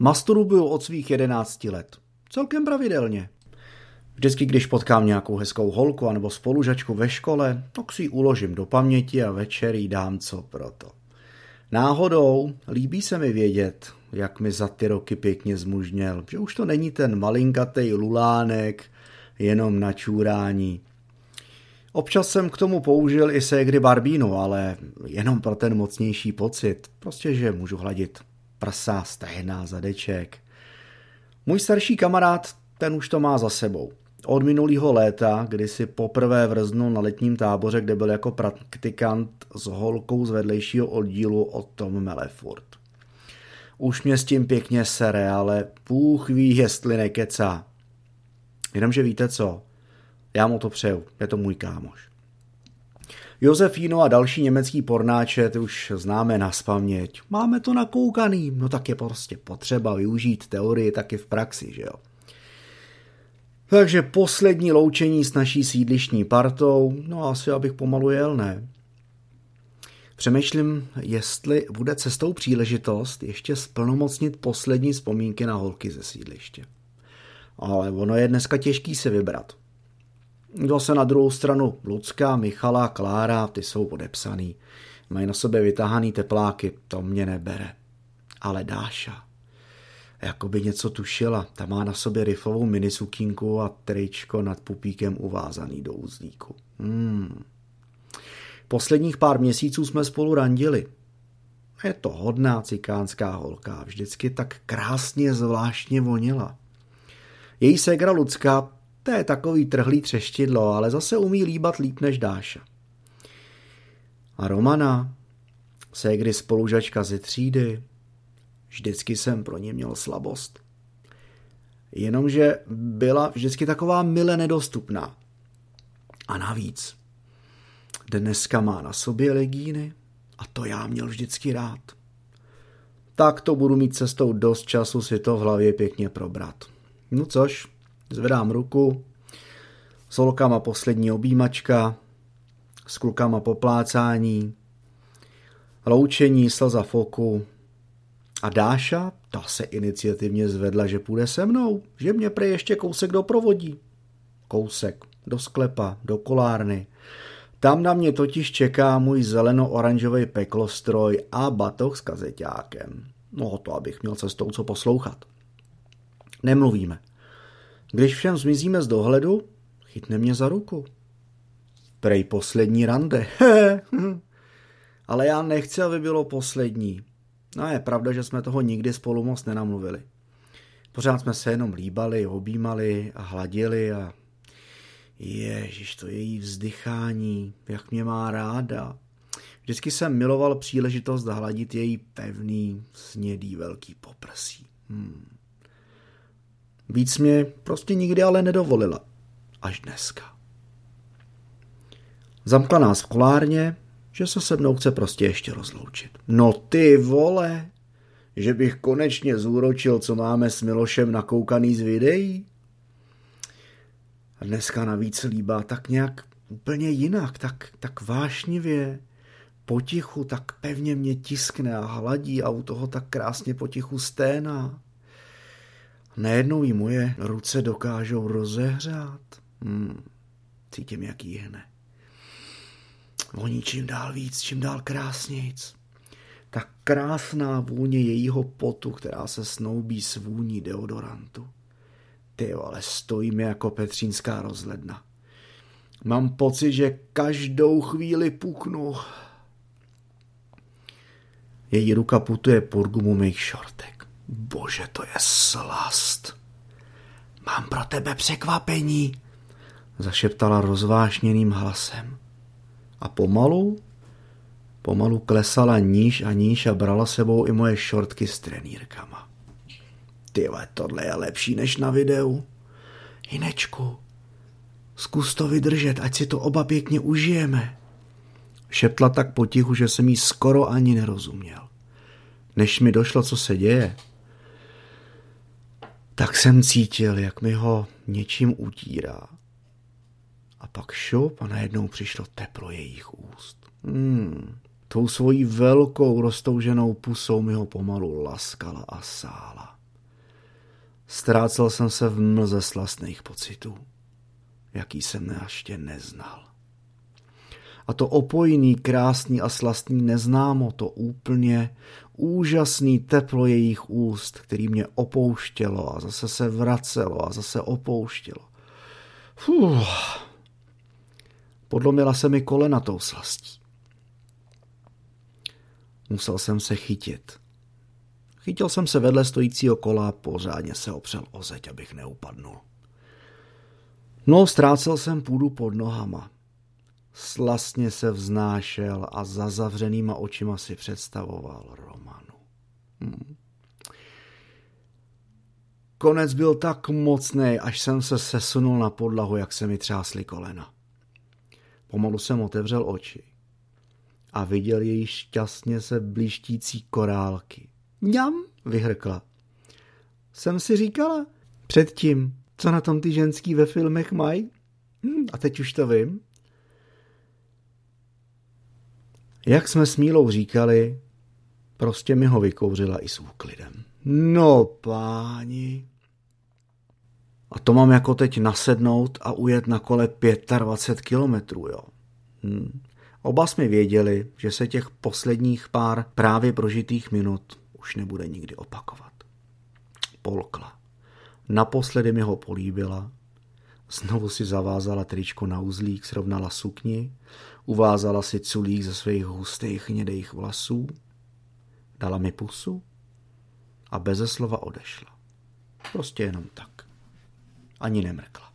Masturbuju od svých 11 let. Celkem pravidelně. Vždycky, když potkám nějakou hezkou holku anebo spolužačku ve škole, tak si ji uložím do paměti a večer jí dám co proto. Náhodou líbí se mi vědět, jak mi za ty roky pěkně zmužněl, že už to není ten malinkatej lulánek, jenom na čůrání. Občas jsem k tomu použil i ségry Barbínu, ale jenom pro ten mocnější pocit, prostě, že můžu hladit prsa, stehna, zadeček. Můj starší kamarád, ten už to má za sebou. Od minulého léta, kdy si poprvé vrznul na letním táboře, kde byl jako praktikant s holkou z vedlejšího oddílu o Tom Melefurt. Už mě s tím pěkně sere, ale Bůh ví, jestli nekecá. Jenomže víte co? Já mu to přeju, je to můj kámoš. Josefínu a další německý pornáče ty už známe nazpaměť. Máme to nakoukaný, no tak je prostě potřeba využít teorii taky v praxi, že jo? Takže poslední loučení s naší sídlištní partou, no asi abych pomalu jel, ne? Přemýšlím, jestli bude cestou příležitost ještě splnomocnit poslední vzpomínky na holky ze sídliště. Ale ono je dneska těžký se vybrat. Zase na druhou stranu Lucka, Michala, Klára, ty jsou podepsaný. Mají na sobě vytahaný tepláky, to mě nebere. Ale Dáša, jako by něco tušila, ta má na sobě rifovou minisukínku a tričko nad pupíkem uvázaný do uzlíku. Posledních pár měsíců jsme spolu randili. Je to hodná cikánská holka, vždycky tak krásně zvláštně vonila. Její ségra Lucka, to je takový trhlý třeštidlo, ale zase umí líbat líp než Dáša. A Romana, ségry spolužačka ze třídy, vždycky jsem pro ní měl slabost. Jenomže byla vždycky taková mile nedostupná. A navíc, dneska má na sobě legíny a to já měl vždycky rád. Tak to budu mít cestou dost času si to v hlavě pěkně probrat. No což, zvedám ruku, s holkama poslední objímačka, s klukama poplácání, loučení, slza v oku. A Dáša, ta se iniciativně zvedla, že půjde se mnou, že mě prej ještě kousek doprovodí. Kousek, do sklepa, do kolárny. Tam na mě totiž čeká můj zeleno-oranžový peklostroj a batoh s kazeťákem. No to, abych měl cestou co poslouchat. Nemluvíme. Když všem zmizíme z dohledu, chytne mě za ruku. Prej poslední rande. Ale já nechci, aby bylo poslední. No je pravda, že jsme toho nikdy spolu moc nenamluvili. Pořád jsme se jenom líbali, objímali a hladili a ježiš, to její vzdychání, jak mě má ráda. Vždycky jsem miloval příležitost hladit její pevný, snědý velký poprsí. Víc mě prostě nikdy ale nedovolila. Až dneska. Zamkla nás v kolárně, že se mnou chce prostě ještě rozloučit. No ty vole, že bych konečně zúročil, co máme s Milošem nakoukaný z videí. A dneska navíc líbá tak nějak úplně jinak, tak vášnivě, potichu, tak pevně mě tiskne a hladí a u toho tak krásně potichu sténá. Najednou jí moje ruce dokážou rozehřát. Cítím, jak jí hne. Voní čím dál víc, čím dál krásnějc. Ta krásná vůně jejího potu, která se snoubí s vůní deodorantu. Ty vole, stojíme jako petřínská rozhledna. Mám pocit, že každou chvíli puknu. Její ruka putuje pod gumu mých šortek. Bože, to je slast. Mám pro tebe překvapení, zašeptala rozvášněným hlasem. A pomalu klesala níž a níž a brala sebou i moje šortky s trenýrkama. Tyhle, tohle je lepší než na videu. Hinečku, zkus to vydržet, ať si to oba pěkně užijeme. Šeptla tak potichu, že jsem jí skoro ani nerozuměl. Než mi došlo, co se děje, tak jsem cítil, jak mi ho něčím utírá. A pak šup a najednou přišlo teplo jejich úst. Tou svojí velkou roztouženou pusou mi ho pomalu laskala a sála. Ztrácel jsem se v mlze slastných pocitů, jaký jsem ještě neznal. A to opojný, krásný a slastný neznámo, to úplně úžasný teplo jejich úst, který mě opouštělo a zase se vracelo a zase opouštělo. Podlomila se mi kolena tou slastí. Musel jsem se chytit. Chytil jsem se vedle stojícího kola a pořádně se opřel o zeď, abych neupadnul. No, ztrácel jsem půdu pod nohama. Slastně se vznášel a za zavřenýma očima si představoval Romanu. Konec byl tak mocný, až jsem se sesunul na podlahu, jak se mi třásly kolena. Pomalu jsem otevřel oči a viděl její šťastně se blíštící korálky. Mňam, vyhrkla. Jsem si říkala předtím, co na tom ty ženský ve filmech mají? A teď už to vím. Jak jsme s Mílou říkali, prostě mi ho vykouřila i s úklidem. No páni. A to mám jako teď nasednout a ujet na kole 25 kilometrů, jo. Oba jsme věděli, že se těch posledních pár právě prožitých minut už nebude nikdy opakovat. Polkla. Naposledy mi ho políbila, znovu si zavázala tričko na uzlík, srovnala sukni, uvázala si culík ze svých hustých hnědých vlasů, dala mi pusu a beze slova odešla. Prostě jenom tak. Ani nemrkla.